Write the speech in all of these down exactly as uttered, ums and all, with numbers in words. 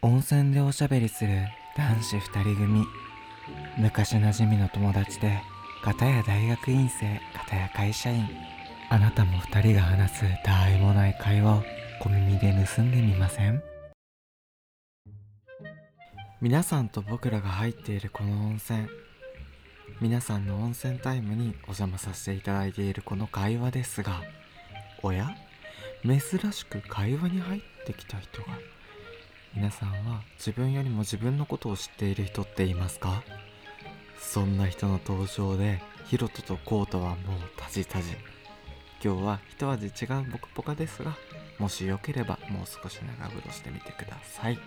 温泉でおしゃべりする男子二人組。昔なじみの友達で、片や大学院生、片や会社員。あなたも二人が話すたわいもない会話を小耳で盗んでみません？皆さんと僕らが入っているこの温泉、皆さんの温泉タイムにお邪魔させていただいているこの会話ですが、おや？珍しく会話に入ってきた人が。皆さんは自分よりも自分のことを知っている人っていますか？そんな人の登場でヒロトとコウタはもうタジタジ。今日は一味違うボクポカですが、もしよければもう少し長風呂してみてください。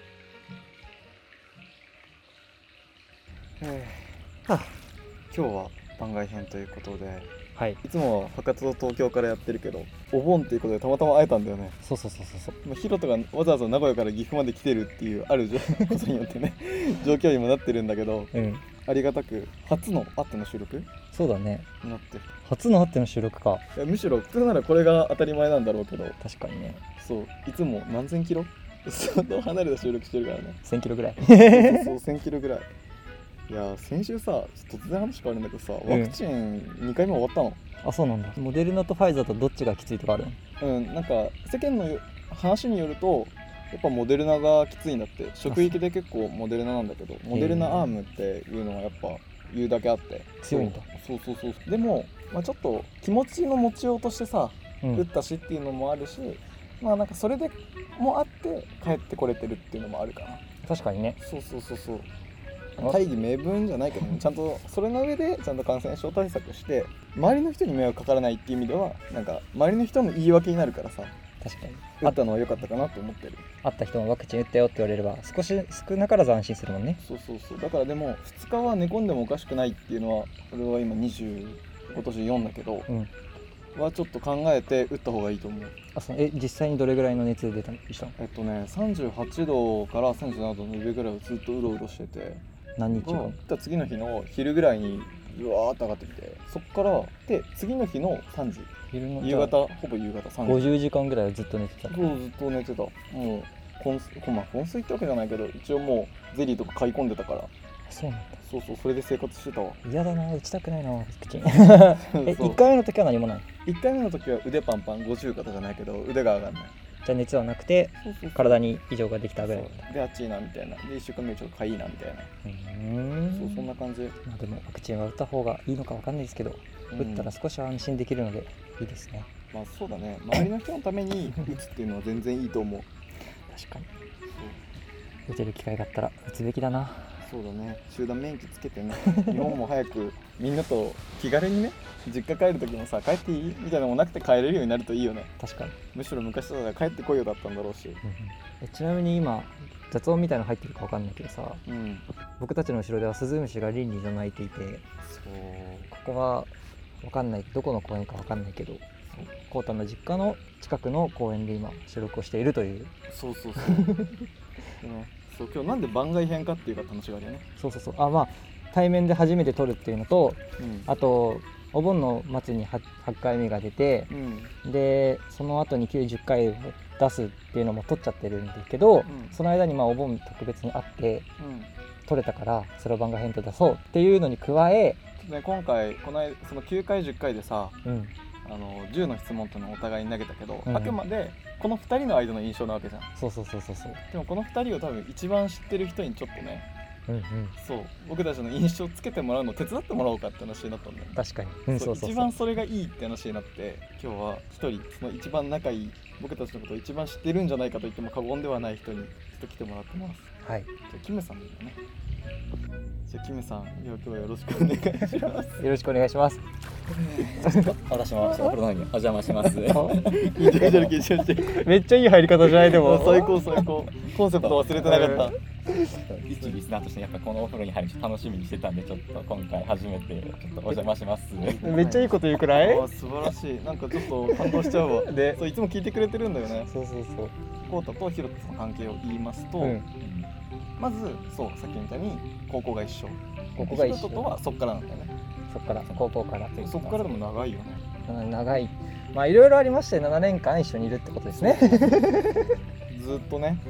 えーはあ、今日は番外編ということで、 はい、 いつもは博多と東京からやってるけど、お盆っていうことでたまたま会えたんだよね。 そうそうそうそうまあ、ヒロトがわざわざ名古屋から岐阜まで来てるっていうあることによってね状況にもなってるんだけど、 うん、 ありがたく初の会っての収録そうだね、 になってる。 初の会っての収録か。 いやむしろ普通ならこれが当たり前なんだろうけど、 確かにね。 そういつも何千キロ相当離れた収録してるからね。 せんキロぐらいそうそうそうせんキロぐらい。いや先週さ、突然話変わるんだけどさ、ワクチンにかいめ終わったの。 あ、そうなんだ。モデルナとファイザーとどっちがきついとかあるの？ うん、なんか世間の話によるとやっぱモデルナがきついんだって。職域で結構モデルナなんだけど、モデルナアームっていうのがやっぱ言うだけあって強いんだ。 そうそうそうそう。でも、まあ、ちょっと気持ちの持ちようとしてさ、 うん、 打ったしっていうのもあるし、まあなんかそれでもあって帰ってこれてるっていうのもあるかな。 確かにね。 そうそうそうそう。大義名分じゃないけど、ね、ちゃんとそれの上でちゃんと感染症対策して周りの人に迷惑かからないっていう意味では、なんか周りの人の言い訳になるからさ、 確かに打ったのは良かったかなと思ってる。 会った人もワクチン打ったよって言われれば少し少なからず安心するもんね。 そうそうそう。だからでもふつかは寝込んでもおかしくないっていうのは、俺は今にじゅう、今年よんだけど、 うんはちょっと考えて打った方がいいと思う。 あ、そう。え、実際にどれぐらいの熱で出たの？ えっとねさんじゅうはちどからさんじゅうななどの上ぐらいをずっとうろうろしてて、 何日後？ 打った次の日の昼ぐらいにうわーっと上がってきて、そっからで次の日のさんじ、 昼の夕方、ほぼ夕方さんじ、 ごじゅうじかんぐらいはずっと寝てた。 そうずっと寝てた。もう昏睡、まあ昏睡ってわけじゃないけど、一応もうゼリーとか買い込んでたから。 そうなんだ。 そうそう、それで生活してたわ。 嫌だな、打ちたくないなワクチンえ、 そういっかいめの時は何もない？ いっかいめの時は腕パンパン、五十肩じゃないけど腕が上がんない。 じゃあ熱はなくてそうそうそう、 体に異常ができたぐらい。 そうであっちいなみたいな、でいっしゅうかんめちょっとかいいなみたいな。 うーん、 そう、そんな感じ。 まあ、でもワクチンは打った方がいいのかわかんないですけど、 うん、 打ったら少しは安心できるのでいいですね。 まあそうだね、周りの人のために打つっていうのは全然いいと思う。 確かに打てる機会があったら打つべきだな。 そうだね、集団免疫つけてね日本も早くみんなと気軽にね、実家帰る時もさ、帰っていいみたいなのもなくて帰れるようになるといいよね。 確かに。 むしろ昔だったら帰ってこいよだったんだろうし、 うんうん、えちなみに今雑音みたいなの入ってるかわかんないけどさ、 うん、 僕たちの後ろではスズムシがリンリンと鳴いていて、 そう、 ここはわかんない、どこの公園かわかんないけど、コウタの実家の近くの公園で今収録をしているという。 そうそうそうね、そう今日なんで番外編かっていうか話があるよね。 そうそうそう。あ、まあ対面で初めて撮るっていうのと、 うん、 あとお盆の末に はちかいめが出て、 うん、 でその後にきゅうじゅっかいを出すっていうのも撮っちゃってるんだけど、 うん、 その間にまあお盆特別にあってうん、 撮れたからそれを番外編と出そうっていうのに加え、 ね、今回この間そのきゅうかいじゅっかいでさ、 うん、 あのじゅうの質問っていうのをお互いに投げたけど、 うん、 あくまでこのふたりの間の印象なわけじゃん。 そうそうそうそうそう。 でもこのふたりを多分一番知ってる人にちょっとね、 うんうん、 そう僕たちの印象をつけてもらうのを手伝ってもらおうかって話になったんだよね。 確かに、うん、 そそううそうそう。 一番それがいいって話になって、今日は一人その一番仲いい、僕たちのことを一番知ってるんじゃないかと言っても過言ではない人にちょっと来てもらってます。 はい。 じゃあキムさんだよね。じゃあキムさん、今日はよろしくお願いします。 よろしくお願いします。 私もお風呂の方にお邪魔します。 聞いてる聞いてる聞いてる。 めっちゃいい入り方じゃないでも。 最高最高。コンセプト忘れてなかった。 一リスナーとしてやっぱこのお風呂に入るの楽しみにしてたんで、ちょっと今回初めてちょっとお邪魔します。 めっちゃいいこと言うくらい。 あ、素晴らしい。なんかちょっと感動しちゃうわ。 で、 そういつも聞いてくれてるんだよね。 そうそうそう。 コウタとヒロトの関係を言いますと、 うん、 まずそうさっきみたいに高校が一緒。 高校が一緒。 ヒロトとはそっからなんだよね。 そっから高校から。 そっからでも長いよね。 長い。まあいろいろありましてななねんかん一緒にいるってことですね。 ずっとね。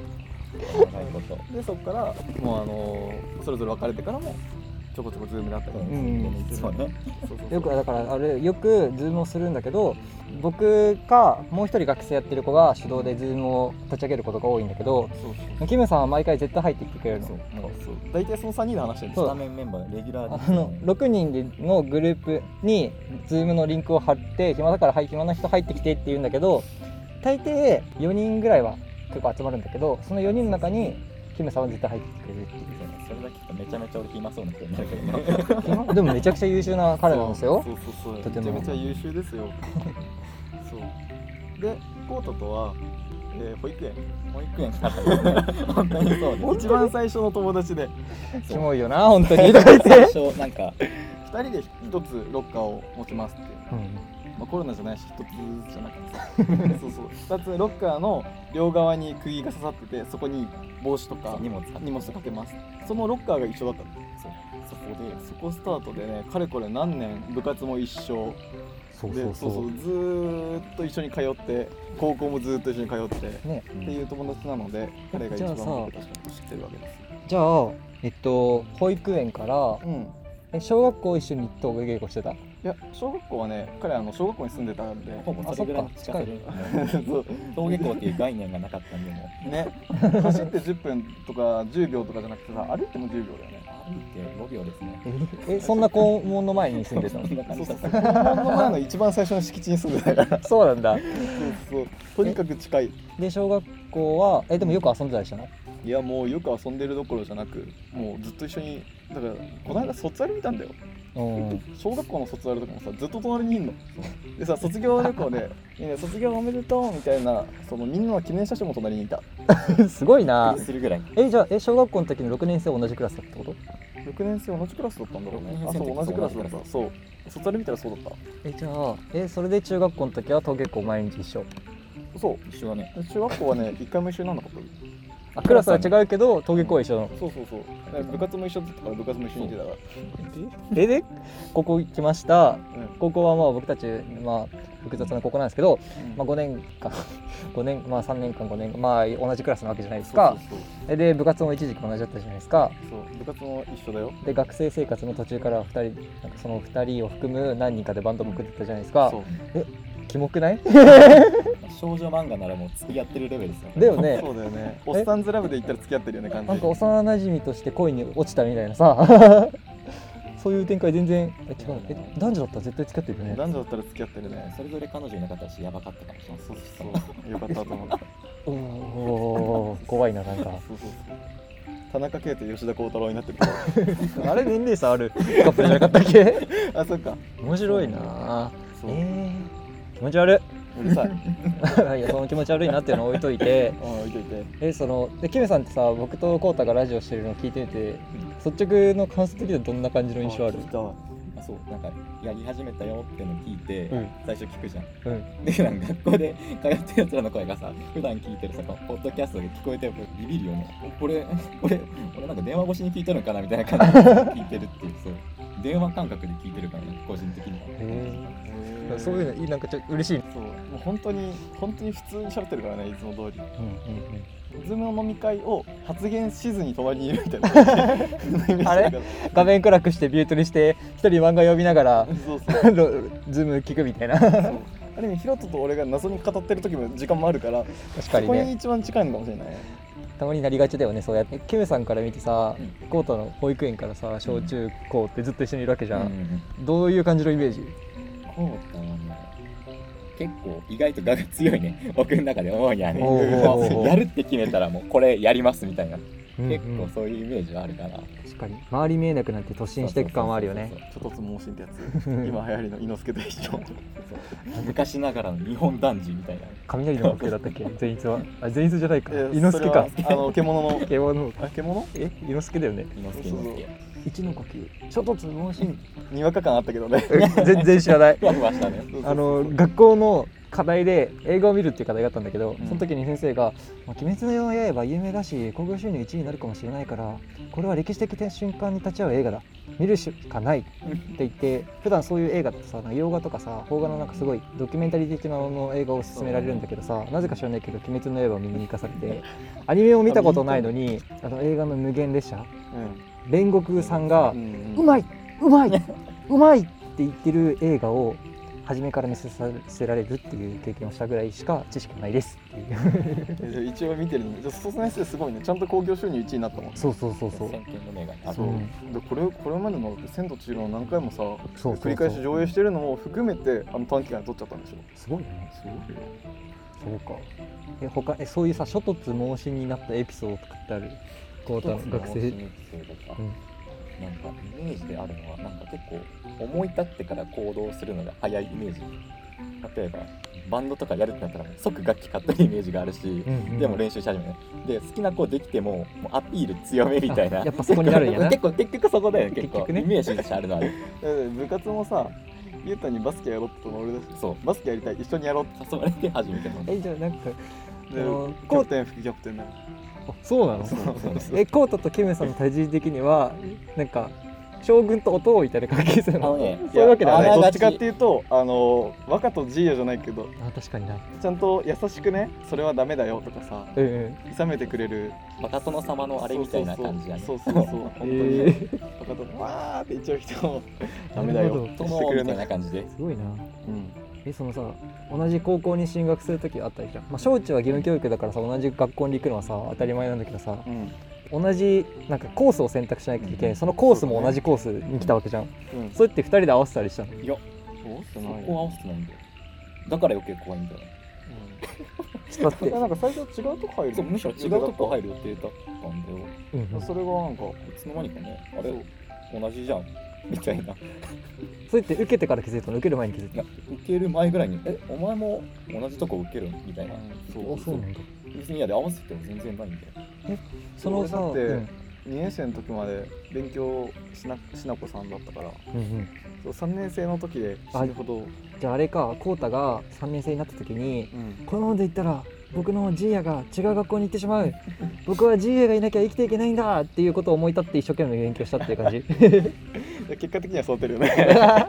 長いことでそこからもうあのーそれぞれ別れてからもちょこちょこズームであったりとかうんそうねそうそうそうよくだからあれよくズームをするんだけど、僕かもう一人学生やってる子が主導でズームを立ち上げることが多いんだけど、 そうそうキムさんは毎回絶対入ってきてくれるの。 そうもうそう大体そのさんにんで話してるんですそうスタメンメンバーレギュラーあのろくにんでのグループに Zoom のリンクを貼って暇だからはい暇な人入ってきてって言うんだけど、大抵よにんぐらいは結構集まるんだけど、そのよにんの中にキムさんは絶対入ってきてくれるっていう。 それだけ聞くとめちゃめちゃ俺暇そうな人になるけどね暇でもめちゃくちゃ優秀な彼なんですよ。 そうそうそうとてもめちゃめちゃ優秀ですよそうでコートとは、えー保育園保育園からね本当にそうです一番最初の友達でキモいよな本当にとか言って最初なんかふたりでひとつロッカーを持ちますって、まあ、コロナじゃないしひとつじゃなくてさそうそうふたつロッカーの両側に釘が刺さってて、そこに帽子とか荷物か荷物かけます。そのロッカーが一緒だったの。 そうそこでそこスタートでね、かれこれ何年部活も一緒で、 そうそうそうそうそうずーっと一緒に通って、高校もずーっと一緒に通って、 ね。 っていう友達なので、彼が一番じゃあさ僕たちのこと知ってるわけです。 じゃあえっと保育園からうん。 え小学校一緒に登下稽古してた。 いや、小学校はね、彼はあの小学校に住んでたんで、 ほぼそれぐらいの近さでそう登下校っていう概念がなかったんでもうね、走ってじゅっぷんとかじゅうびょうとかじゃなくてさ、歩いてもじゅうびょうだよね。 歩いてごびょうですねええそんな校門の前に住んでたの。 そんな感そうそうじだったそう。校門の前の一番最初の敷地に住んでたから。 そうなんだ。 そうそう。とにかく近い。 で小学校はえでもよく遊んでたりしたの。 いやもうよく遊んでるどころじゃなく、もうずっと一緒に、だからこの間卒アル見たんだよ。 うん。 小学校の卒アルとかもさずっと隣にいんの。でさ卒業旅行でみんな卒業おめでとうみたいな、そのみんなの記念写真も隣にいた。 すごいな。 するぐらいえじゃあえ小学校の時のろくねん生同じクラスだったってこと？ ろくねん生同じクラスだったんだろうね。あ、そうろくねん生の時同じクラスだっ同じクラた。そう。卒アル見たらそうだっえじゃあえそれで中学校の時は登下校毎日一緒。 た。そう。 一緒だねで中学校はね一回も一緒にならなかった。 あクラスは違うけど登下校は一緒なの。 そうそうそう。だから部活も一緒だったから部活も一緒に行ってたから。 えでここ来ました。 うん。 高校はまあ僕たちまあ複雑な高校なんですけど、 うんまあ、ごねんかんごねんまあさんねんかんごねんまあ同じクラスなわけじゃないですか。 そうそうえで部活も一時期同じだったじゃないですか。 そう。そう部活も一緒だよ。 で学生生活の途中からはふたりなんかそのふたりを含む何人かでバンドも組んでたじゃないですか。 そう。 キモくない？ 少女漫画ならもう付き合ってるレベルですよだよね。 そうだよね。おっさんずラブで言ったら付き合ってるよね感じ。 なんか幼馴染として恋に落ちたみたいなさそういう展開全然え違うえ男女だったら絶対付き合ってるよね。 男女だったら付き合ってるね。 それぞれ彼女いなかったしやばかったかもしれないそうそうそう。よかったと思った。 おおー怖いななんかそうそうそう。田中圭と吉田鋼太郎になってる。 あれ年齢差あるカップルじゃなかったっけ？ あ、そっか。 面白いな。 そう。 えー、気持ち悪うるさい。 いいやその気持ち悪いなっていうのを置いといてうん、置いといて。 えそのでキムさんってさ僕とコウタがラジオしてるのを聞いてみて率直の感想的にはどんな感じの印象ある？ 聞いたわ。 あそうなんかやり始めたよっての聞いて、 うん最初聞くじゃんうんでなんか学校で通ってるやつらの声がさ普段聞いてるさこのポッドキャストで聞こえてるビビるよねこれこれ俺なんか電話越しに聞いてるのかなみたいな感じで聞いてるっていうそう電話感覚で聞いてるからね個人的にはへーそういうのいいなんかちょっと嬉しい。 そう。もう本当に本当に普通に喋ってるからね、いつも通り。 うんうんうんズームの飲み会を発言しずに隣にいるみたいな。 あれ画面暗くしてビュートにして一人漫画読みながらそうそう。 ズーム聞くみたいなそうある意味ヒロトと俺が謎に語ってる時も時間もあるから、 確かにそこにね一番近いのかもしれない。 たまになりがちだよねそうやってキムさんから見てさうコウタの保育園からさ小中高ってずっと一緒にいるわけじゃん、 うんどういう感じのイメージ？ こうだね結構意外と我が強いね僕の中で思うにはねおーおーおーやるって決めたらもうこれやりますみたいなうんうん結構そういうイメージはあるから確かに周り見えなくなって突進していく感はあるよね。 ちょっとつ盲信ってやつ。今流行りの伊之助と一緒。 昔ながらの日本男児みたいな雷の子だったっけ善逸はあ善逸じゃないかえ伊之助かそれはあの獣の獣あ獣？ え伊之助だよね。 伊之助そうそう伊之助一の呼吸衝突猛進にわか感あったけどね全然知らないふわふわしたね。 あの学校の課題で映画を見るっていう課題があったんだけど、 うんその時に先生が「まあ鬼滅の刃」有名だし興行収入いちいになるかもしれないからこれは歴史的瞬間に立ち会う映画だ見るしかないって言って普段そういう映画ってさ洋画とかさ邦画のなんかすごいドキュメンタリー的なの映画を勧められるんだけどさなぜか知らないけど「鬼滅の刃」を見に行かされてアニメを見たことないのにあの映画の無限列車煉獄さんがうんうまいうまいうまいって言ってる映画を初めから見せさせられるっていう経験をしたぐらいしか知識ないですっていうえじゃあ一応見てるのじゃあその先生すごいねちゃんと興行収入いちいになったもんねそうそうそうそう先見の明がある。 そう、 うんでこれこれまでの「千と千尋」を何回もさそうそうそう繰り返し上映してるのも含めてあの短期間で撮っちゃったんでしょすごいねすごいよそうかえ他えそういうさ諸突猛進になったエピソードとかってあるこうたの学生とか、 うんなんかイメージであるのはなんか結構思い立ってから行動するのが早いイメージ。例えばバンドとかやるってなったら即楽器買ってるイメージがあるし、 うんうんでも練習し始めるで好きな子できてももうアピール強めみたいなあやっぱそこになるんやな結構結局そこだよね結構結局ねイメージとしてあるのあるえ部活もさゆうたにバスケやろうって言ったの俺だしそうバスケやりたい一緒にやろうって誘われて初めてのえじゃあなんかであのキャプテン副キャプテンだよあそうなのそうそうそうえコウタとキムさんの対人的にはなんか将軍と弟みたいな関係性なのあのねそういうわけではないやあながちどっちかっていうとあの若とジーヤじゃないけどあ確かになちゃんと優しくねそれはダメだよとかさうんうんいさめてくれるバカ殿様のあれみたいな感じやねそうそうそうそう本当に、 えバカとわーって言っちゃう人もダメだよってしてくれる殿みたいな感じですごいなうんえそのさ同じ高校に進学する時あったりじゃん、まあ、小中は義務教育だからさ同じ学校に行くのはさ当たり前なんだけどさうん同じなんかコースを選択しなきゃいけないそのコースも同じコースに来たわけじゃんうんそれってふたりで合わせたりしたのいやそそうってないこは合わせてないんだよだから余計怖いんだよねちょっと待ってなんか最初違うとこ入るそうむしろ違うとこ入る予定だったんだようんうんそれがなんかいつの間にかねあれ同じじゃんみたいなそれって受けてから気づいたの受ける前に気づいいや受ける前ぐらいにえお前も同じとこ受けるみたいなそうたあそうなんだ別にいやで合わせても全然ないんだよそのさ俺だってうんにねん生の時まで勉強しなしなこさんだったからうんうんそうさんねん生の時で死ぬほどじゃああれかコウタがさんねん生になった時にうんこのままでいったら僕のジーヤが違う学校に行ってしまう僕はジーヤがいなきゃ生きていけないんだっていうことを思い立って一生懸命勉強したっていう感じ結果的にはそうてるよね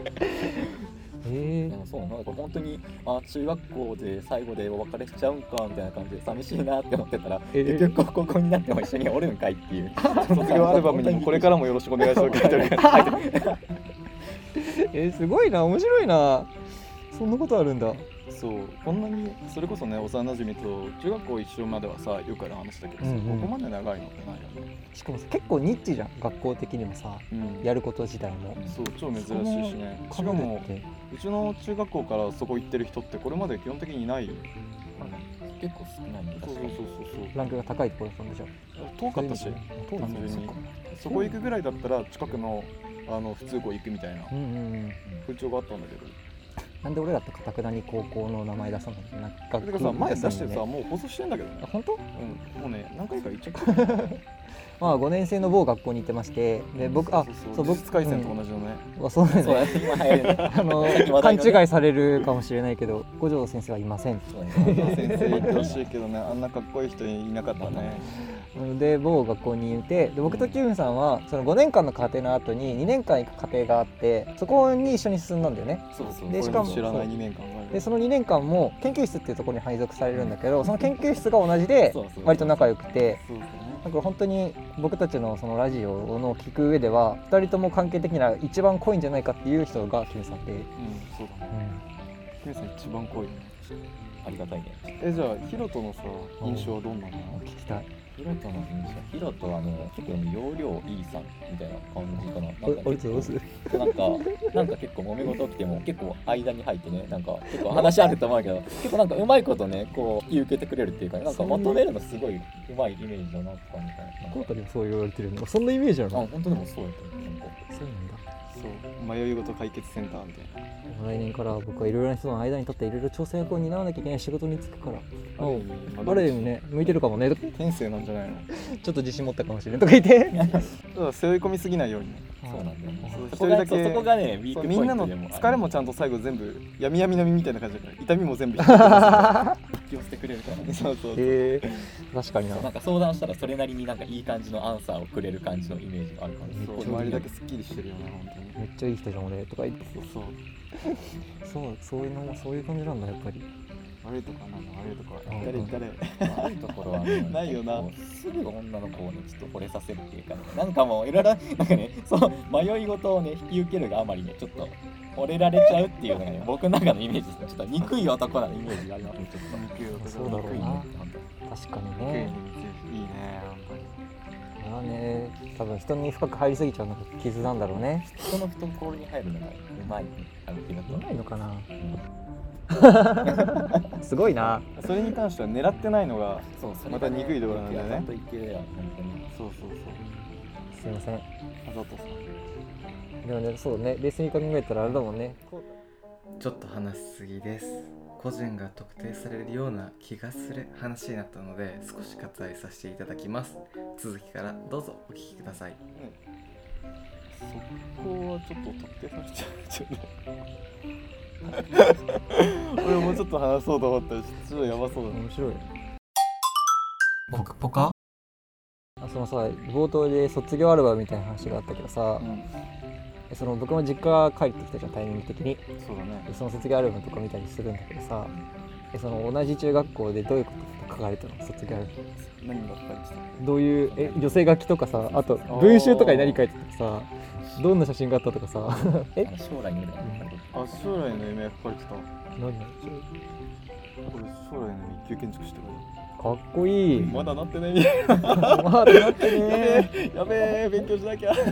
えでもそうなんか本当にあ中学校で最後でお別れしちゃうんかみたいな感じで寂しいなって思ってたら、 えー結局高校になっても一緒におるんかいっていう卒業アルバムにもこれからもよろしくお願いしますって書いてあるからえー、すごいな面白いなそんなことあるんだそうこんなにそれこそね幼なじみと中学校一緒まではさよくある話だけどさ、 うんうんここまで長いのってないよね、 しかもさ結構ニッチじゃん学校的にもさうん、 やること自体もそう超珍しいしねしかもってうちの中学校からそこ行ってる人ってこれまで基本的にいない結構少ないんだそうそうそうそうランクが高いところだったんでしょ遠かったしそうなんだ単純にそっかそこ行くぐらいだったら近くのあの普通校行くみたいなうんうんうん風潮があったんだけどなんで俺らってかたくなに高校の名前出さないのなんかだからさ前出してねさもう放送してんだけどねあ本当うんもうね何回か言っちゃったまあごねん生の某学校に行ってましてで僕あそうそうそう僕そう実回線と同じのね、 うんあそうだそうだねね今流行るねあの最近話勘題のね違いされるかもしれないけど五条先生はいませんそうだね先生言ってほしいけどねあんなかっこいい人いなかったねで某学校にいてで僕とキムさんはそのごねんかんの課程の後ににねんかん行く課程があってそこに一緒に進んだんだよねそうそうでしかも俺知らないにねんかんがあるでそのにねんかんも研究室っていうところに配属されるんだけどその研究室が同じでそうそう割と仲良くてそうそうねだから本当に僕たちのそのラジオの聞く上ではふたりとも関係的には一番濃いんじゃないかっていう人がキムさんで、 うんそうだねキムさん一番濃いねありがたいねえじゃあヒロトのさ印象はどんなの聞きたいヒロトの印象ヒロトはね結構ね容量いいさんみたいな感じかななんかあありがとうございますなんか、なんか結構揉め事起きても結構間に入ってね、なんか結構話あると思うけど、結構なんかうまいことね、こう引き受けてくれるっていうか、なんか求めるのすごいうまいイメージだなって感じかな。 福岡でもそう言われてるのそんなイメージなあ、 の本当でもそうやと思う。なんかそうなんだそう迷い事解決センターみたいな来年から僕はいろいろな人の間に立っていろいろ調整役を担わなきゃいけない仕事に就くからある意味ある意味ね向いてるかもね天性なんなんじゃないの。 ちょっと自信持ったかもしれんとか言ってだから背負い込みすぎないようにね。 そうなんだよね。 そうそこが一人だけそこがね、ウィークポインそうみんなのトでもある疲れもちゃんと最後全部闇闇のみみたいな感じだから痛みも全部引き受気を捨てくれるからね。 けてそうそうへえ確かにななんか相談したらそれなりになんかいい感じのアンサーをくれる感じのイメージがあるからね。 そう周りだけすっきりしてるよね本当に。 めっちゃいい人じゃん俺とか言ってそうそうそうそういうのもそういう感じなんだやっぱり悪いとかなんだ悪いとかうん誰誰悪いところはねないよなこうすぐ女の子をねちょっと惚れさせるっていうか、ね、なんかもういろいろなんかねそう迷い事をね引き受けるがあまりねちょっと惚れられちゃうっていうのがね僕の中のイメージですね。ちょっと憎い男なイメージがありますね。ちょっと憎い男そうだろうな憎いね確かに憎いねいいね本当に。 まあね多分人に深く入りすぎちゃうのが傷なんだろうね人の懐に入るのがうまいねあの気だとうまいのかなうんすごいなそれに関しては狙ってないのがそうそれまた憎いところなんだよねちゃんといけるよ本当に。 そうそうそうすいませんあざとさでもねそうね冷静に考えたらあれだもんねちょっと話しすぎです。個人が特定されるような気がする話になったので少し割愛させていただきます。続きからどうぞお聞きください。 そこはちょっと特定されちゃうちょっと俺もうちょっと話そうと思ったらちょっとやばそうだね。 面白いポカポカあそのさ冒頭で卒業アルバムみたいな話があったけどさ、 うんその僕も実家帰ってきたじゃんタイミング的にそうだね。 でその卒業アルバムとか見たりするんだけどさでその同じ中学校でどういうことが書かれたの卒業アルバム何が書かれてた。 どういうえ女性書きとかさあと文集とかに何書いてたかさどんな写真があったとかさえあの将来の夢が分かる。 あ将来の夢が書かれてた。 何俺将来の夢一級建築士とかかっこいいでまだなってないまだなってやねべえやべえ勉強しなきゃ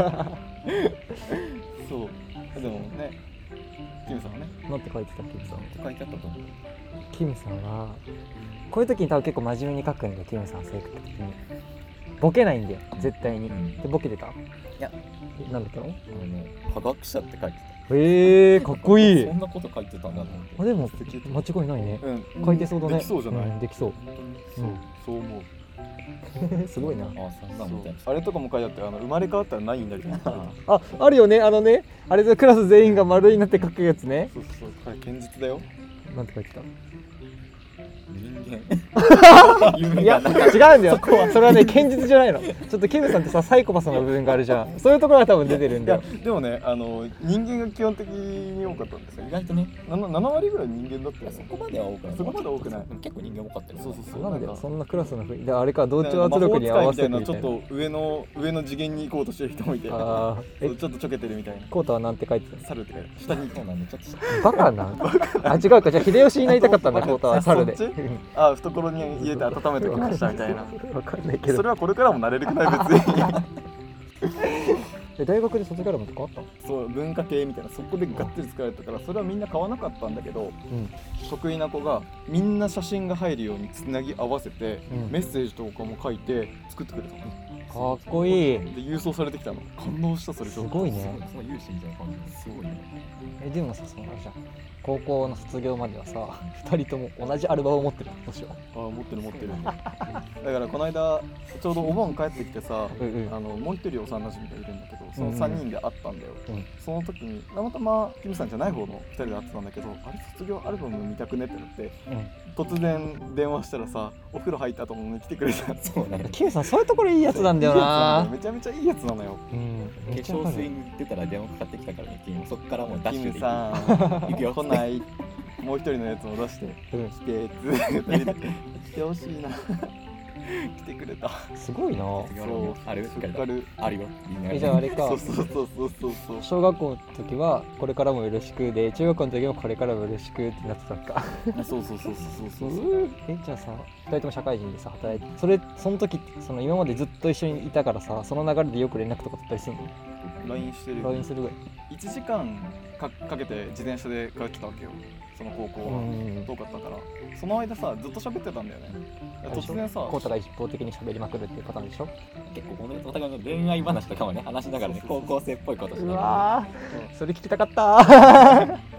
そうでもねキムさんはねなんて書いてたっけキムさん書いてあったと思う。 キムさんはこういう時に多分結構真面目に書くんだよキムさん性格的にボケないんだよ絶対に、 うんでボケてたいやえなんだったのあのね科学者って書いてへえー、かっこいいた。そんなこと書いてたんだと思って。 あでも素敵間違いないねうん書いてそうだねできそうじゃない、 んできそうそうそう思うすごいなあそんなそみたいうな。 あれとかも書いてあってあの生まれ変わったらないんだけどああるよねあのねあれでクラス全員が丸になって書くやつねそうそうこれ堅実だよ。 なんて書いてた人間いや違うんだよそれはね堅実じゃないのちょっとキムさんってさサイコパスの部分があるじゃんそういうところが多分出てるんいやだよでもねあの人間が基本的に多かったんですよ意外とねななな割ぐらい人間だったよねそこまでは多くない。 そこまで多くないでも結構人間多かったよね。 そうそうそうなんでなんかそんなクラスの雰囲気であれか同調圧力に合わせてみたいな魔法使いみたいなちょっと上の上の次元に行こうとしてる人もいてあーえそうちょっとちょけてるみたいなコータはなんて書いてた猿って書いてある下にそうなんでちょっとバカなあ違うかじゃあ秀吉になりたかったんだコータは猿でそっちあ懐に入れて温めておきましたみたいなわかんないけどそれはこれからもなれるくない別にえ大学で卒業アルバムとかあったのそう文化系みたいなそこでがっつり使われたからそれはみんな買わなかったんだけどうん得意な子がみんな写真が入るようにつなぎ合わせて、 うんメッセージとかも書いて作ってくれたのかっこいいで郵送されてきたの感動したそれちょっとすごいねすごい有志みたいな感じすごいね。 えでもさそのあれじゃん高校の卒業まではさふたりとも同じアルバムを持ってるどうしよあ持ってる持ってるだからこの間ちょうどお盆帰ってきてさう、うんうんあのもう一人幼馴染がいるんだけどそのさんにんで会ったんだよ、 うんその時にたまたまキムさんじゃない方のふたりで会ってたんだけどあれ卒業アルバム見たくねってなって突然電話したらさお風呂入ったと思うのに来てくれたそうね。 キムさんそういうところいいやつなんだよなめちゃめちゃいいやつなのようん化めっちゃわかる粧水に出たら電話かかってきたからね。君そっからもうダッキシュでムさん行くよ。 来ないもう一人のやつも出してうん来てって来てほしいな来てくれたすごいなそうあるすっかるあるよ。 えじゃああれかそうそうそうそうそうそう小学校の時はこれからもよろしくで中学校の時もこれからもよろしくってなってたのかそうそうそうそうそうそうえじゃあさふたりとも社会人でさ働いてそれその時ってその今までずっと一緒にいたからさその流れでよく連絡とか取ったりするのライン してるよライン するぐらいいちじかんかかけて自転車で通ってたわけよその高校はうん遠かったからその間さずっと喋ってたんだよね突然さコータが一方的に喋りまくるっていうパターンでしょ結構このお互いの恋愛話とかもね話しながらね高校生っぽいことしてうね。 わーそれ聞きたかった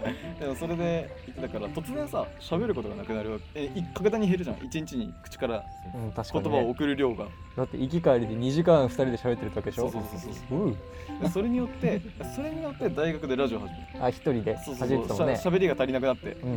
でもそれで言ってたから突然さ喋ることがなくなるわけ。えい格段に減るじゃん。一日に口からうん、確かに、 言葉をね、 送る量が。 だって行き帰りでにじかんふたりで喋ってるわけでしょ。 そうそうそうそううんでそれによってそれによって大学でラジオ始める。 あ、一人でそうそう初めてたもんね。 しゃ喋りが足りなくなって、 うんうん、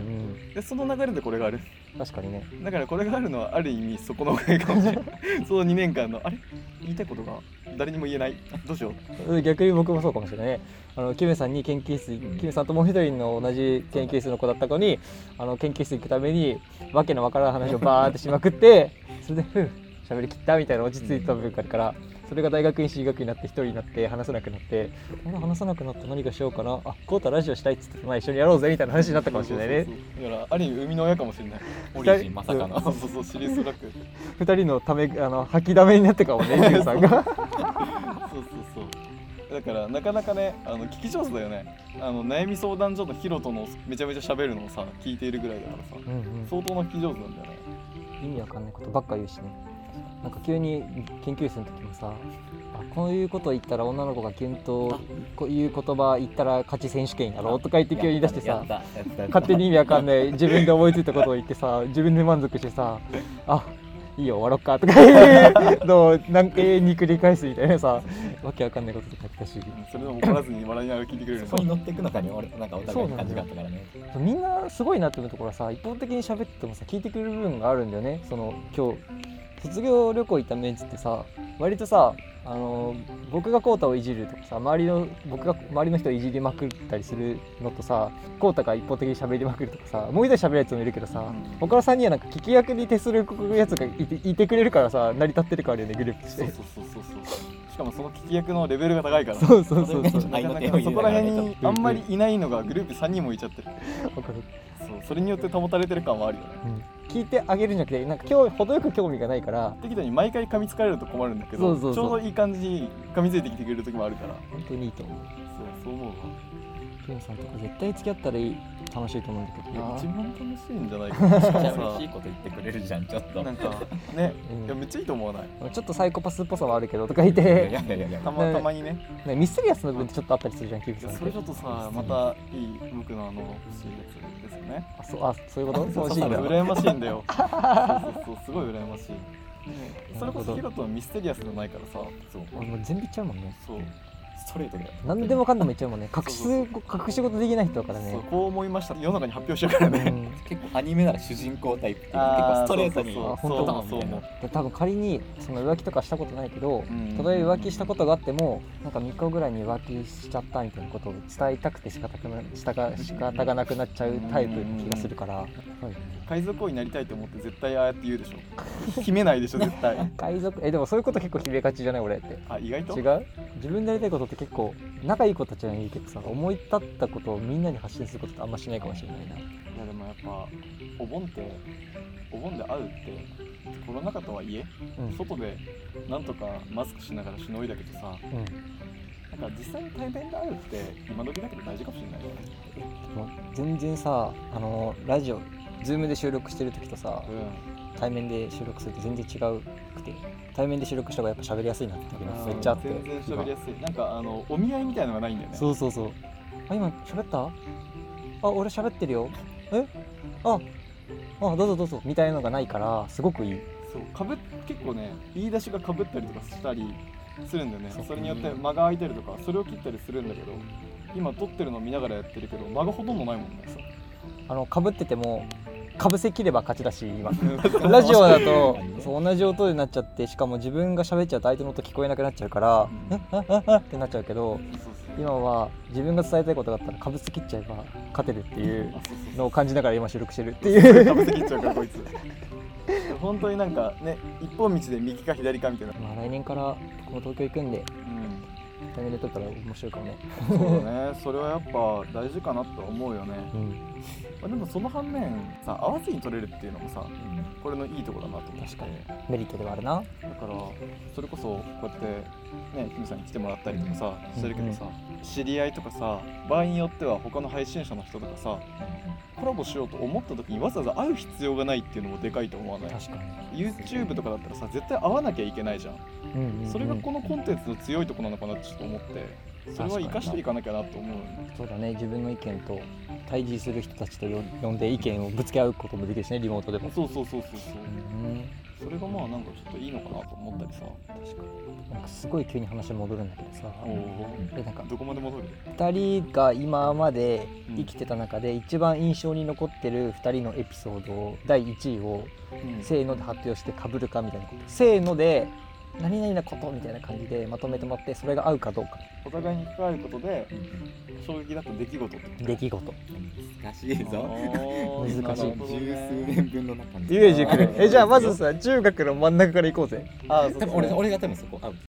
でその流れでこれがある。 確かにね。 だからこれがあるのはある意味そこのおかげかもしれないそのにねんかんのあれ言いたいことが誰にも言えない、どうしよう。 逆に僕もそうかもしれないね。あのキムさんに研究室、キムさんともう一人の同じ研究室の子だった子にあの研究室行くためにわけのわからん話をバーってしまくってそれでふう喋りきったみたいな落ち着いた部分があるから、それが大学院進学になって一人になって話せなくなって、俺話さなくなって何かしようかな、あ、コウタラジオしたいっつってたな、一緒にやろうぜみたいな話になったかもしれないね。 そうそうそうだからある意味生みの親かもしれない。 オリジンまさかのそうそうそうシリウスラック二人のためあの吐きだめになってかもね、キムさんが。 そうそうそうだからなかなかねあの聞き上手だよね。あの悩み相談所のヒロトのめちゃめちゃ喋るのをさ聞いているぐらいだからさ、 うんうん、 相当な聞き上手なんだよね。 意味わかんないことばっか言うしね。なんか急に研究室の時もさ、あ、こういうこと言ったら女の子がキュンとこういう言葉言ったら勝ち選手権やろうとか言って急に言い出してさ、勝手に意味わかんない自分で思いついたことを言ってさ、自分で満足してさ、あ、いいよ終わろっかとかいうのを何永遠に繰り返すみたいなさ、わけわかんないこととか言ってたし、 それでも怒らずに笑いながら聞いてくれるそこに乗っていくのかに俺なんかお互いに感じがあったからね。 みんなすごいなって思うところはさ、一方的に喋ってもさ聞いてくれる部分があるんだよね。その今日卒業旅行行ったメンツってさ、割とさ、あの僕がコウタをいじるとかさ、周りの僕が周りの人をいじりまくったりするのとさ、コウタが一方的に喋りまくるとかさ、もう一人喋るやつもいるけどさ、うん、他のさんにんはなんか聞き役に徹するやつがいて、いてくれるからさ、成り立ってるからね、グループとして。 そうそうそうそうそうしかもその聞き役のレベルが高いから、 そうそうそうそう、 なかなかそこら辺にあんまりいないのがグループさんにんもいちゃってる。そうそれによって保たれてる感はあるよね。 うん、聞いてあげるんじゃなくて、なんか今日程よく興味がないから適度に毎回噛みつかれると困るんだけど、 そうそうそう、 ちょうどいい感じに噛みついてきてくれる時もあるから本当にいいと思う。 そうそう思うわ。 キムさんとか絶対付き合ったらいい楽しいと思うんだけど、 いや一番楽しいんじゃないかな。 めっちゃ嬉しいこと言ってくれるじゃん、ちょっとなんかね、 うん、 いやめっちゃいいと思わない？ ちょっとサイコパスっぽさはあるけどとか言っていやいやいやいやたまたまにね、 ね、ミステリアスな部分ってちょっとあったりするじゃん、キムさんって。 それちょっとさまたいい僕のあの欲しいやつですよね。 あ、そう、あ、そういうことそうそうそう羨ましいんだよ。そうそうそうすごい羨ましい。それこそヒロトはミステリアスじゃないからさ、そう俺もう全部言っちゃうもんね。 そうストレートだよ。 何でもかんでも言っちゃうもんね。隠す隠し事できない人だからね。 そうこう思いました世の中に発表しようからね、 うん、 結構アニメなら主人公タイプっていう結構ストレートにそうそうそうそう思う。 で多分仮にその浮気とかしたことないけど、 うんたとえ浮気したことがあってもなんかみっかぐらいに浮気しちゃったみたいなことを伝えたくて仕方がしたが仕方がなくなっちゃうタイプの気がするから、はい、 海賊王になりたいと思って絶対ああやって言うでしょ。秘めないでしょ絶対。 海賊えでもそういうこと結構秘めがちじゃない俺って。 あ意外と違う？自分でやりたいことって結構仲いい子たちはいいけどさ、思い立ったことをみんなに発信することってあんましないかもしれないな。 いやでもやっぱお盆ってお盆で会うってコロナ禍とはいえ、うん、外でなんとかマスクしながらしのいだけどさ、うん、なんか実際に対面で会うって今時だけど大事かもしれないよね。 もう全然さ、あのラジオズームで収録してる時とさ、うん、対面で収録すると全然違うくて、対面で収録した方がやっぱ喋りやすいなって時がめっちゃあって、 全然喋りやすい。なんかあのお見合いみたいなのがないんだよね。 そうそうそう。あ、今喋った？あ、俺喋ってるよ。え？あ、あ、どうぞどうぞみたいなのがないからすごくいい。 そう、かぶ結構ね言い出しがかぶったりとかしたりするんだよね。そ, それによって間が空いてるとかそれを切ったりするんだけど、今撮ってるの見ながらやってるけど間がほとんどないもんね。そうあのかぶっててもかぶせ切れば勝ちだし、今ラジオだとそう同じ音になっちゃって、しかも自分が喋っちゃうと相手の音聞こえなくなっちゃうから、うん、ああああってなっちゃうけど、今は自分が伝えたいことがあったらかぶせ切っちゃえば勝てるっていうのを感じながら今収録してるっていう。 かぶせ切っちゃうからこいつ本当になんかね一本道で右か左かみたいな。 まあ来年からこの東京行くんで、うん、対面で撮ったら面白いかもね。 そうだね、それはやっぱ大事かなと思うよね、うん、まあ、でもその反面さ合わせに撮れるっていうのもさ、うん、これのいいところだなと思って。 確かにメリットではあるな。 だからそれこそこうやってねキムさんに来てもらったりとかさ、うん、してるけどさ、うん、知り合いとかさ場合によっては他の配信者の人とかさ、コラボしようと思った時にわざわざ会う必要がないっていうのもでかいと思わない？ 確かに YouTube とかだったらさ絶対会わなきゃいけないじゃん、うんうんうん、それがこのコンテンツの強いところなのかなってちょっと思って、 それは生かしていかなきゃなと思う。 そうだね、自分の意見と対峙する人たちと呼んで意見をぶつけ合うこともできるしね、リモートでも。 そうそうそうそうそう、 うんそれがまあなんかちょっといいのかなと思ったりさ。 確かに。なんかすごい急に話戻るんだけどさ、 おお、 えなんかどこまで戻る？ ふたりが今まで生きてた中で一番印象に残ってるふたりのエピソードをだいいちいをうん、 せーので発表して被るかみたいなこと、せーので何々なことみたいな感じでまとめてもらって、それが合うかどうか。 お互いに関わることで衝撃だった出来事ってこと。 出来事難しいぞ。 難しいなるほど十数ね。 年分の中に。 イメージくる。 あーえじゃあまずさ、中学の真ん中から行こうぜ。 ああ、そう多分俺俺が多分そこ合う。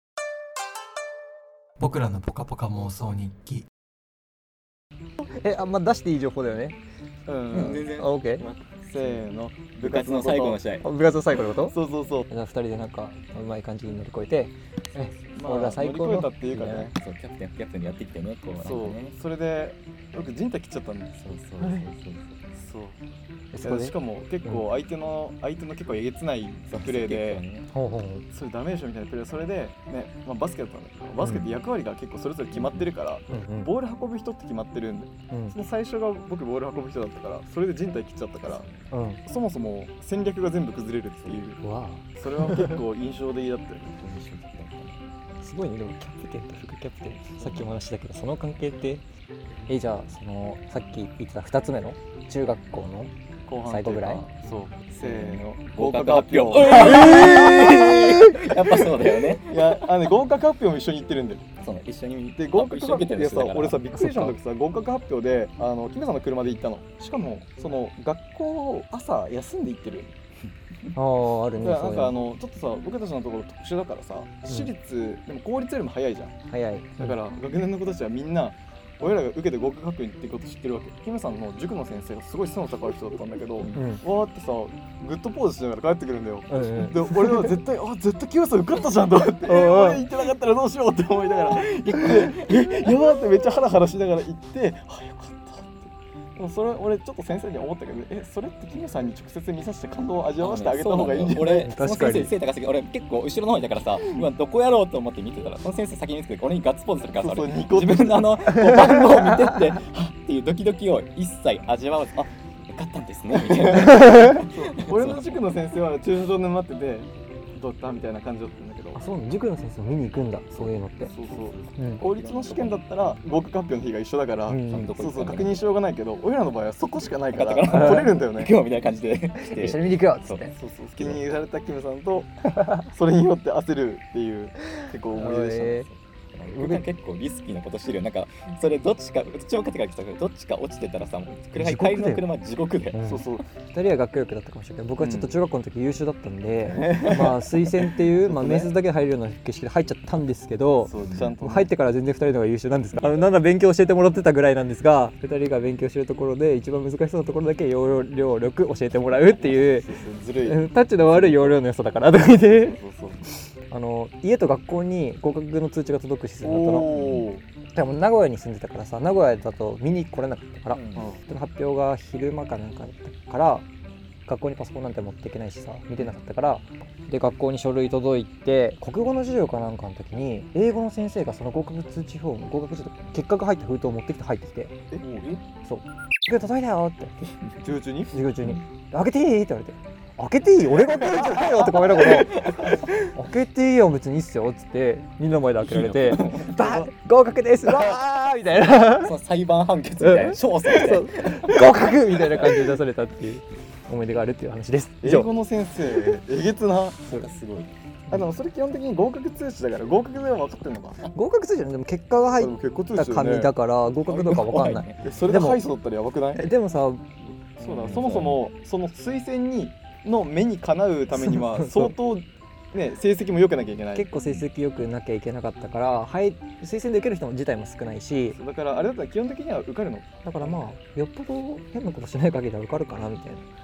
僕らのポカポカ妄想日記。 えあんま出していい情報だよね。 ううんん、 全然あオッケー。 せーの、 部活の最後の試合。 あ部活の最後のこと。 そうそうそう。 じゃあふたりでなんかうまい感じに乗り越えて、えまあ俺ら最高の乗り越えたっていうかね。 そうキャプテンキャプテンでやってきてね、こうなんかそうね。 それで僕人体切っちゃったんです。 そうそうそうそう。 えそこでしかも結構相手の相手の結構えげつないそう。 プレーで、 ほうほうほう。 それダメージみたいなプレー、それでね、まあ、バスケだったんだけど、バスケって役割が結構それぞれ決まってるから、 うんうんボール運ぶ人って決まってるんで、 うんその最初が僕ボール運ぶ人だったから、それで人体切っちゃったから、 うんそもそも戦略が全部崩れるっていう、 うわそれは結構印象的だったよね。 あすごいね。でもキャプテンと副キャプテン、さっきも話したけどその関係ってえじゃあそのさっき言ってたふたつめの中学校の後半最後ぐらい。 そう、せーの、 合合格格発表。 発表。 やっぱそうだよね。 いや、あの、ね、合格発表も一緒に行ってるんだよ。 そう一緒にで合格一緒に受けてる発表でさ、 人だから俺さびっくりしたんだけどさ、合格発表であのキムさんの車で行ったの。しかもその学校を朝休んで行ってる。 あああるね。 だからなんかあそういうののちょっとさ、僕たちのところ特殊だからさ、私立、でも公立よりも早いじゃん。 早い。 だから学年の子たちはみんな俺らが受けて合格発表ってこと知ってるわけ。キムさんの塾の先生がすごい背の高い人だったんだけど、わうんーってさグッドポーズしながら帰ってくるんだよ。 うんうん。 で俺は絶対あ絶対キムさん受かったじゃんと思って、 うんうん俺行ってなかったらどうしようって思いながら行って、えやばーってめっちゃハラハラしながら行って、あよかったって。でもそれ俺ちょっと先生に思ったけど、えそれってキムさんに直接見させて感動を味わわせてあげた方がいいんじゃない？ 俺、その確かに先生背高すぎて、俺結構後ろの方にいたからさ、うわどこやろうと思って見てたら、その先生先に見つけて俺にガッツポーズするからさ、 そうそう俺ニコって自分のあのこう番号を見てってはっっていうドキドキを一切味わわず、あ受かったんですねみたいな。 俺の塾の先生は駐車場で待っててどうだったみたいな感じだったんだけど、 あそう塾の先生も見に行くんだ、そういうのって。 そうそううん公立の試験だったら合格発表の日が一緒だから、 うんうんそうそう確認しようがないけど、俺らの場合はそこしかないからだから取れるんだよね。 今日みたいな感じで来て一緒に見に行くよっつって。 そうそう、好きにされたキムさんとそれによって焦るっていう結構思い出でしたね。 え僕は結構リスキーなことしてるよ。なんかそれどっちか、うちも勝ってから来たけど、どっちか落ちてたらさ、もう帰地獄だよりの車地獄で。 うんそうそう。 ふたりは学力だったかもしれないけど、僕はちょっと中学校の時優秀だったんで、まあ推薦っていう、まあ、面接だけで入るような形式で入っちゃったんですけど、 そうちゃんとね入ってから全然ふたりの方が優秀なんですが、あのなんだ勉強教えてもらってたぐらいなんですが、ふたりが勉強してるところで一番難しそうなところだけ要領力教えてもらうっていうそうそうずるい。 うんタッチの悪い要領の良さだからとか言ってそうそうあの家と学校に合格の通知が届くシステムだったの。 おーでも名古屋に住んでたからさ、名古屋だと見に来れなかったから、 うんその発表が昼間かなんかだったから学校にパソコンなんて持っていけないしさ、見てなかったから、で学校に書類届いて、国語の授業かなんかの時に英語の先生がその合格通知フォーム、合格通知結果が入った封筒を持ってきて入ってきて、 ええそう「今日届いたよ」って言って授業中に？ 授業中に「開けていい?」って言われて「開けていい？俺が開けるんじゃないよ」とか思いながら「開けていいよ別にいいっすよ」っつってみんなの前で開けられて「バー合格ですわー!」みたいなその裁判判決みたいな、勝訴みたいな。 そう合格みたいな感じで出されたっていう思い出があるっていう話です。以上。 英語の先生えげつな。 そうかすごい。 あでもそれ基本的に合格通知だから合格では分かってんのか。 合格通知じゃない、でも結果が入っでも結構通た知だよね紙だから合格どうかわかんない。 ね。 えそれで敗訴だったらやばくない？ えでもさ、 そうだ、そもそもその推薦にの目にかなうためにはそう相当ね成績も良くなきゃいけない。 結構成績良くなきゃいけなかったから、はい推薦で受ける人も自体も少ないし、 だからあれだったら基本的には受かるの。 だからまあよっぽど変なことしない限りは受かるかなみたいな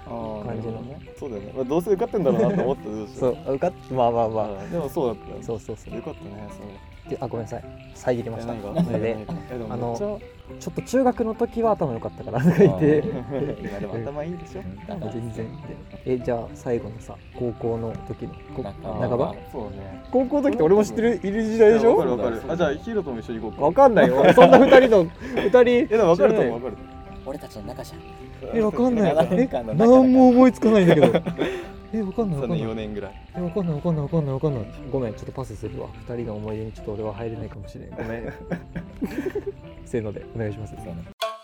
感じのね。そうだよね、まあ、どうせ受かってんだろうなと思ってどうしてそう受かっまあまあまあ、 あでもそうだったよね。 そうそうそうよかったねそれ。 であごめんなさい遮りました。 え何がそれで何がえでもあのめっちゃちょっと中学の時は頭良かったからとか言って今でも頭いいでしょ。 だから全然でえじゃあ最後のさ高校の時のこなんか半ばあそうね。 高校の時って俺も知ってるいる時代でしょ。 わかるわかる。あじゃあヒーローとも一緒に行こうか。 わかんないよそんな二人の二人えでもわかると思うわかる。 俺たちの中じゃん。 えわかんないななねえんかんの中だから何も思いつかないんだけどえわかんないわさんねんかんないよねんぐらい。 えわかんないわかんないわかんないわかんないごめんちょっとパスするわ二人の思い出にちょっと俺は入れないかもしれんごめんせーのでお願いします。 そうね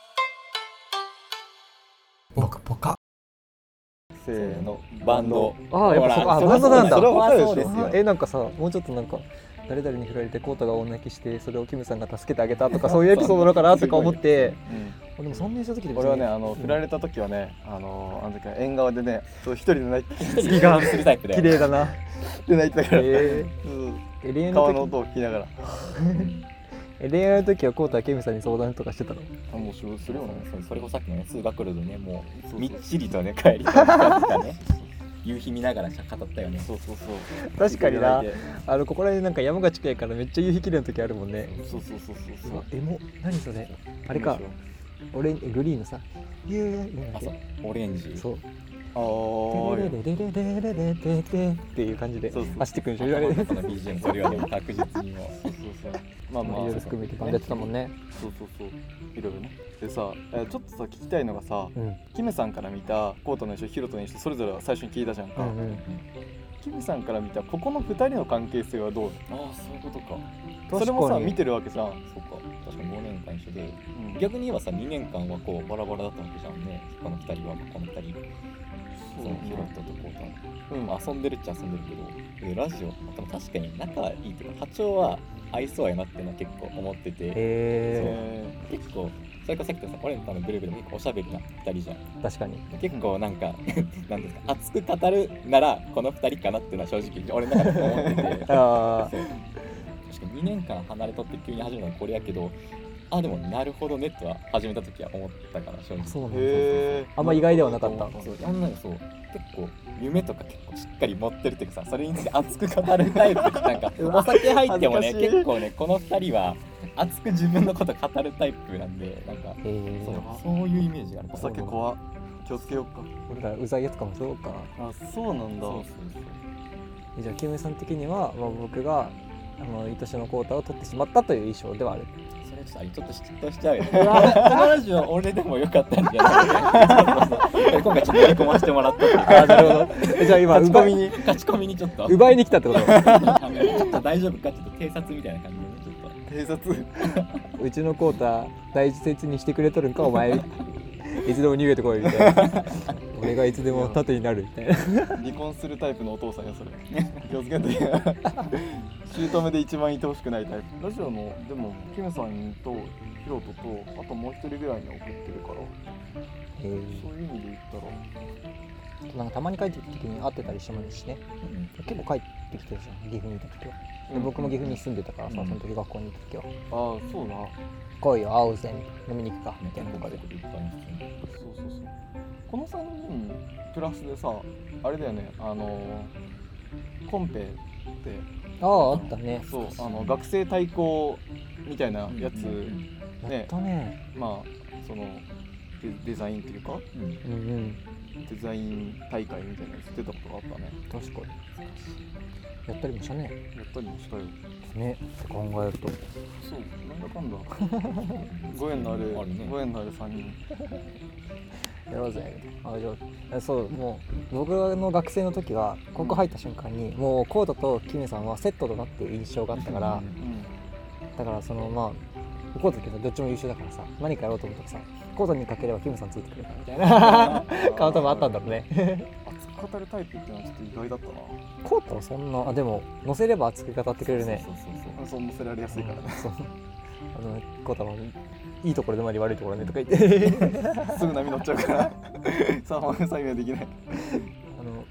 ポカポカ。 せーのバンド。 ああやっぱそこあほらバンドなんだそれはわかるでしょそうですよあえなんかさもうちょっとなんか誰々に振られてコータが大泣きしてそれをキムさんが助けてあげたとかそういうエピソードだからとか思ってうんでもさんねん生の時で別に俺はねあの振られた時はねあのあの時は縁側でねそう一人で泣いて次がするタイプだよ。 綺麗だなで泣いてたから、 えうんえ恋愛の時川の音を聞きながらえ恋愛の時はコータはキムさんに相談とかしてたのあもう仕事するよね。 そうそれこそさっきのね通学路でねもそうそううみっちりとね帰りたったね夕日見ながら語ったよね。 そうそうそう確かにな泣いてあのここら辺なんか山が近いからめっちゃ夕日綺麗な時あるもんね。 そうそうそうそうそううわエモ何それあれかオレングリーンのさゆうなんだっあそうけオレンジ。 そうあーテレレレレレレレレレっていう感じでそうそう走ってくるんでしょ。いろいろこの ビージーエム それはでも確実にもそうそうそうまあまあいろ含めてバンドやってたもんね。 そうそうそういろいろねでさえちょっとさ聞きたいのがさうんキムさんから見たコートの印象ヒロトの印象それぞれは最初に聞いたじゃんか、 うんうんキムさんから見たここのふたりの関係性はどう？ ああそういうことか。 それもさ確かに見てるわけじゃん、 そうか確かにごねんかん一緒でうん逆に言えばさにねんかんはこうバラバラだったわけじゃんね。他のふたりはこのふたりそうそうヒロトとコータうんまあ遊んでるっちゃ遊んでるけどでラジオでも確かに仲いいというか波長は合いそうやなっていうのは結構思っててへえ結構それからさっきとさ俺の多分グループでも結構おしゃべりなふたりじゃん。 ー確かに結構なんかなんですか熱く語るならこのふたりかなっていうのは正直俺の中で思っててあそう確かににねんかん離れとって急に始めたのはこれやけどあでもなるほどねとは始めた時は思ったから正直あそうなんだへえあんま意外ではなかったそうあんなにそう結構夢とか結構しっかり持ってるっていうかさそれについて熱く語るタイプってなんかお酒入ってもね恥ずかしい結構ねこのふたりは熱く自分のこと語るタイプなんでなんかへそうーそういうイメージがあるお酒怖っ気をつけようか。 俺らうざいやつかもしれないかな。 あそうなんだ。 そうそうじゃあキムさん的には、まあ、僕があの愛しのコータを取ってしまったという印象ではある。 それちょっとあれちょっと嫉妬しちゃうよね。このラジオ俺でもよかったんじゃない今回ちょっと入れ込ませてもらったっていうあなるほど。えじゃあ今奪いに勝ち込みにちょっと奪いに来たってことあのちょっと大丈夫かちょっと偵察みたいな感じでちょっと偵察。 うちのコータ大切にしてくれとるんかお前いつでも逃げてこいみたいな俺がいつでも盾になるみたいな離婚するタイプのお父さんよそれ。気をつけて。姑で一番いてほしくないタイプ。ラジオのでもキムさんとヒロトとあともう一人ぐらいに送ってるから、 えーそういう意味で言ったら。 なんかたまに帰ってきた時に会ってたりしたもんしね結構帰ってきてるじゃん岐阜にいた時はで僕も岐阜に住んでたからさ、 うんその時学校にいた時はああそうな。 来いよ会おうぜ飲みに行くかみたいなとかでそうそうそう。このさんにんプラスでさあれだよねあのコンペってあああったねそうあの学生対抗みたいなやつ、 やったねまあそのデデザインっていうかうんうんうんデザイン大会みたいなのしてたことがあったね。 確かにやったりもしたねやったりもしたよ。 ねって考えるとそうなんだかんだご縁のあるあるねご縁のあるさんにん。 やろうぜあじゃあそうもう僕の学生の時は高校入った瞬間にもうコータとキムさんはセットだなっていう印象があったからうんだからそのまあコータとキムさんどっちも優秀だからさ何かやろうと思ったらさコータにかければキムさんついてくるからみたいなカウントもあったんだろうね熱く語るタイプっていうのはちょっと意外だったな。 コータはそんなあでも乗せれば熱く語ってくれるねそうそうそうそう乗せられやすいからね。 そうあのコータもいいところでもあり悪いところねとか言ってすぐ波乗っちゃうからさあ再現できない。 あの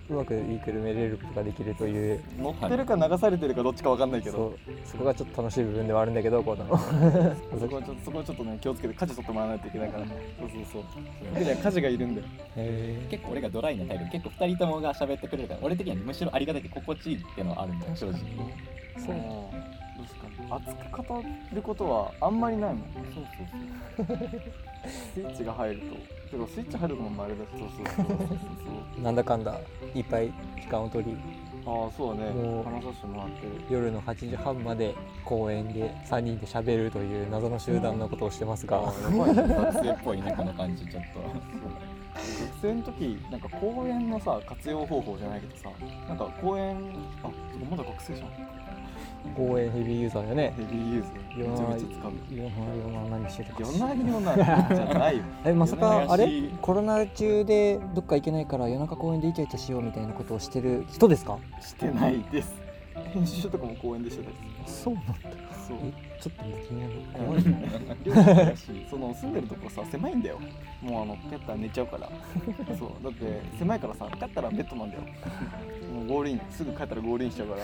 うまく言いくるめれることができるという、 乗ってるか流されてるかどっちかわかんないけど、 そうそこがちょっと楽しい部分ではあるんだけど、こうなのそこはちょっとそこはちょっとね気をつけて舵取ってもらわないといけないから、そうそうそう僕には舵がいるんだよ。 へ結構俺がドライな態度、結構ふたりともが喋ってくれるから、俺的にはむしろありがたいって心地いいっていうのはあるんだよ、正直。 そうどうですかね、熱く語ることはあんまりないもん。そうそうそうスイッチが入ると、てかスイッチ入るのもまああれだし、そうそうそうそうそうなんだかんだいっぱい時間を取り、 ああそうだね、 もう話させてもらってる。 夜のはちじはんまで公園でさんにんで喋るという謎の集団のことをしてますが、 やばいね学生っぽいね、この感じ、ちょっと。 学生の時なんか公園のさ活用方法じゃないけどさ、なんか公園、あまだ学生じゃん。 公園ヘビーユーザーよね。 ヘビーユーズめちゃめちゃ使う。 夜な夜な何してたか夜な夜なじゃないよ。 えまさかあれ夜なしコロナ中でどっか行けないから夜中公園でイチャイチャしようみたいなことをしてる人ですか？ してないです。編集とかも公園でしてたりすそうなんだ。 る。そう。 ちょっと気になる。 怖いね。寮だし、その住んでるとこさ狭いんだよ。もうあの帰ったら寝ちゃうから。そうだって狭いからさ、帰ったらベッドなんだよ。もうゴールインすぐ帰ったらゴールインしちゃうから、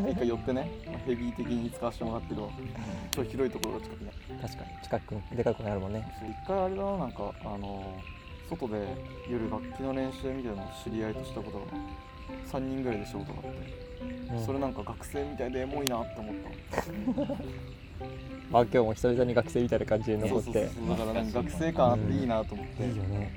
一回寄ってね、ヘビー的に使わせてもらってるわ。超広いところが近くに。 確かに近くにでかくなるもんね。 そう一回あれだな、なんかあの外で夜楽器の練習みたいなのを知り合いとしたことがさんにんぐらいでしたことがあって、 うんそれなんか学生みたいでエモいなって思った。 まあ今日も久々に学生みたいな感じで残ってそうそうそう、だからなんか学生感あっていいなと思って、 いいよね。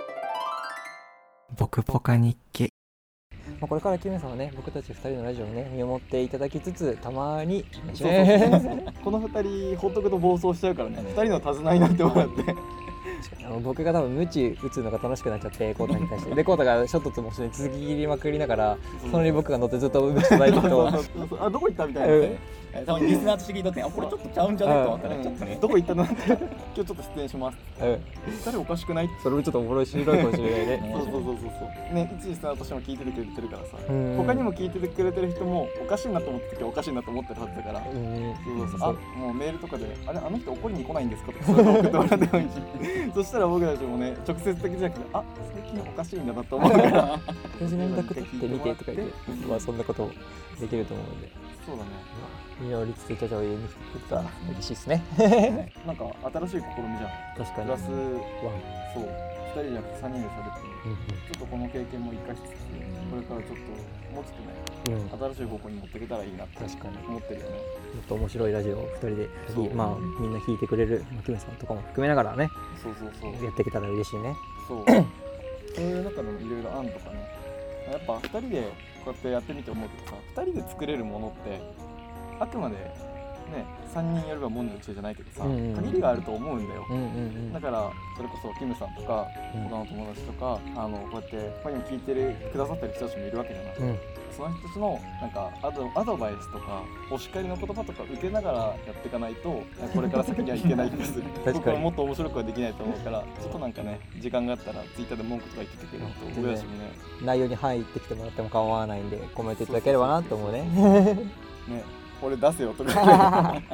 僕ポカ日記。 まあ、これからキムさんはね、僕たちふたりのラジオをね見守っていただきつつ、たまにそうそうそうこのふたりほっとくと暴走しちゃうからね、ふたりの手綱になってもらってあの僕が多分ムチ打つのが楽しくなっちゃって、コウタに対してでコウタがショットツもして続き切りまくりながら、そのに僕が乗ってずっとムチ叩いてるとそうそうそうあどこ行ったみたいな、 うんねたまにリスナーとして聞いとってあこれちょっとちゃうんじゃないと思ったらうんちょっとねどこ行ったのって今日ちょっと出演します、 うんふたりおかしくないってそれもちょっとおもろいし白いかもしれないね。 そうそうそうそうそうね、一リスナーとしても聞いててくれてるからさ、 うん他にも聞いててくれてる人もおかしいなと思った時はおかしいなと思ってるはずだから、 うんそうそうそうあもうメールとかであれあの人怒りに来ないんですかとかそういうの送ってもらってもいいしそしたら僕たちもね直接的じゃなくてあ最近おかしいんだなと思うからページ連絡取ってみてとか言って、まあそんなことできると思うんで、 そうだね、 見守りつつちゃちゃを入れに来てくれたら嬉しいですね。 なんか新しい試みじゃん。 確かに。 プラスワンそうふたりじゃなくてさんにんで喋ってる、 うんちょっとこの経験も生かしつつこれからちょっともうちょっとねうん、 新しい方向に持っていけたらいいなって確かに思ってるよね。 もっと面白いラジオをふたりでそうまあみんな弾いてくれるキムさんとかも含めながらねそうそうそうやっていけたら嬉しいね。 そうそういう中でもいろいろ案とかね、やっぱふたりでこうやってやってみて思うけどさ、ふたりで作れるものってあくまでねさんにんやれば文字の知恵じゃないけどさ、 うんうん限りがあると思うんだよ。 うんうんうんだからそれこそキムさんとかうん他の友達とか、あのこうやって他にも聞いてるくださってる人たちもいるわけじゃない、 うんその人たちのなんかアドアドバイスとかお叱りの言葉とか受けながらやっていかないとこれから先にはいけない気がするかに僕はもっと面白くはできないと思うからちょっとなんかね時間があったらツイッターで文句とか言っててくれると僕たちもね内容に入ってきてもらっても構わないんでコメントいただければなと思うね。 ね俺出せよとかそういうのがいいので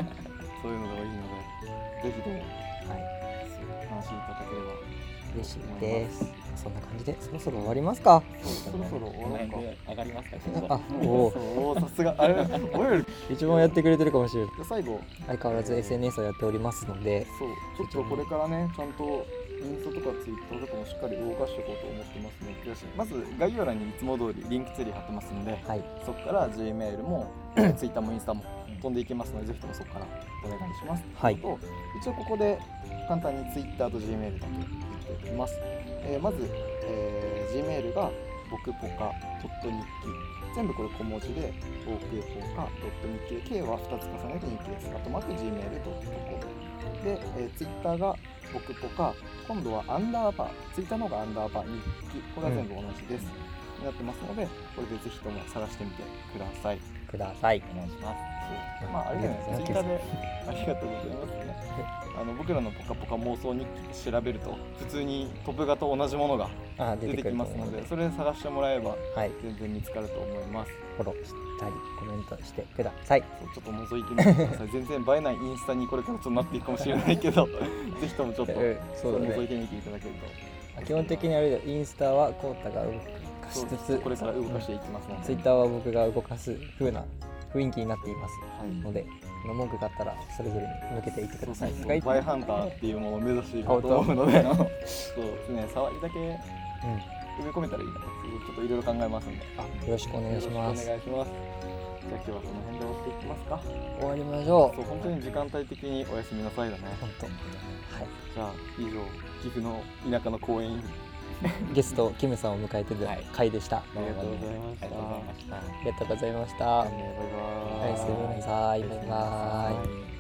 ぜひともはい話いただければ嬉しいです。そんな感じでそろそろ終わりますか。 そろそろ終わろうかで上がりますかあおおそうおーさすがあれ俺より一番やってくれてるかもしれない。 最後相変わらず エスエヌエス をやっておりますので、 そうちょっとこれからねちゃんとインスタとかツイッターとかもしっかり動かしていこうと思ってますので、まず概要欄にいつも通りリンクツリー貼ってますんで、 はいそこから Gmail もツイッターもインスタも飛んでいけますので、ぜひともそこからお願いします。 はいと一応ここで簡単に Twitter と Gmail だけ言っておきます。えーまず、えー、Gmail が僕ポカドット日記、全部これ小文字で僕ポカドット日記で K はふたつ重ねて日記です。あとマーク Gmail ドットコムで、えー、Twitter が僕ポカ、今度はアンダーバー、Twitter の方がアンダーバー日記、これは全部同じです、になってますので、これでぜひとも探してみてください。 ください。 お願いします。 そうまああれだよね、 ありがとうございます Twitter でありがとうございますね。あの僕らのポカポカ妄想日記で調べると普通にトップ画と同じものがあ出出てきてくると思うますので、それで探してもらえばはい全然見つかると思います。 フォローしたりコメントしてください。 そうちょっと覗いてみてください。全然映えないインスタにこれからちょっとなっていくかもしれないけどぜひともちょっとうんそうだね覗いてみていただけると。 基本的にあれだよ、インスタはコウタがしつつ、 これから動かしていきますので、 ツイッターは僕が動かす風な雰囲気になっていますはいので、の文句があったらそれぞれに向けていってください。 そうそうバイハンターっていうものを目指していると思うので、そうね、触りだけうん埋め込めたらいいなと、ちょっといろいろ考えますんで、 あ、よろしくお願いします。 よろしくお願いします。じゃあ今日はその辺で終わっていきますか。 終わりましょう。 そう、本当に時間帯的におやすみなさいだね。 本当。はい。 じゃあ以上、岐阜の田舎の公園、 ゲストキムさんを迎えてる回でした。 ありがとうございました。 ありがとうございました。 ありがとうございました。 バイバイ。 おやすみなさい。バイバイ。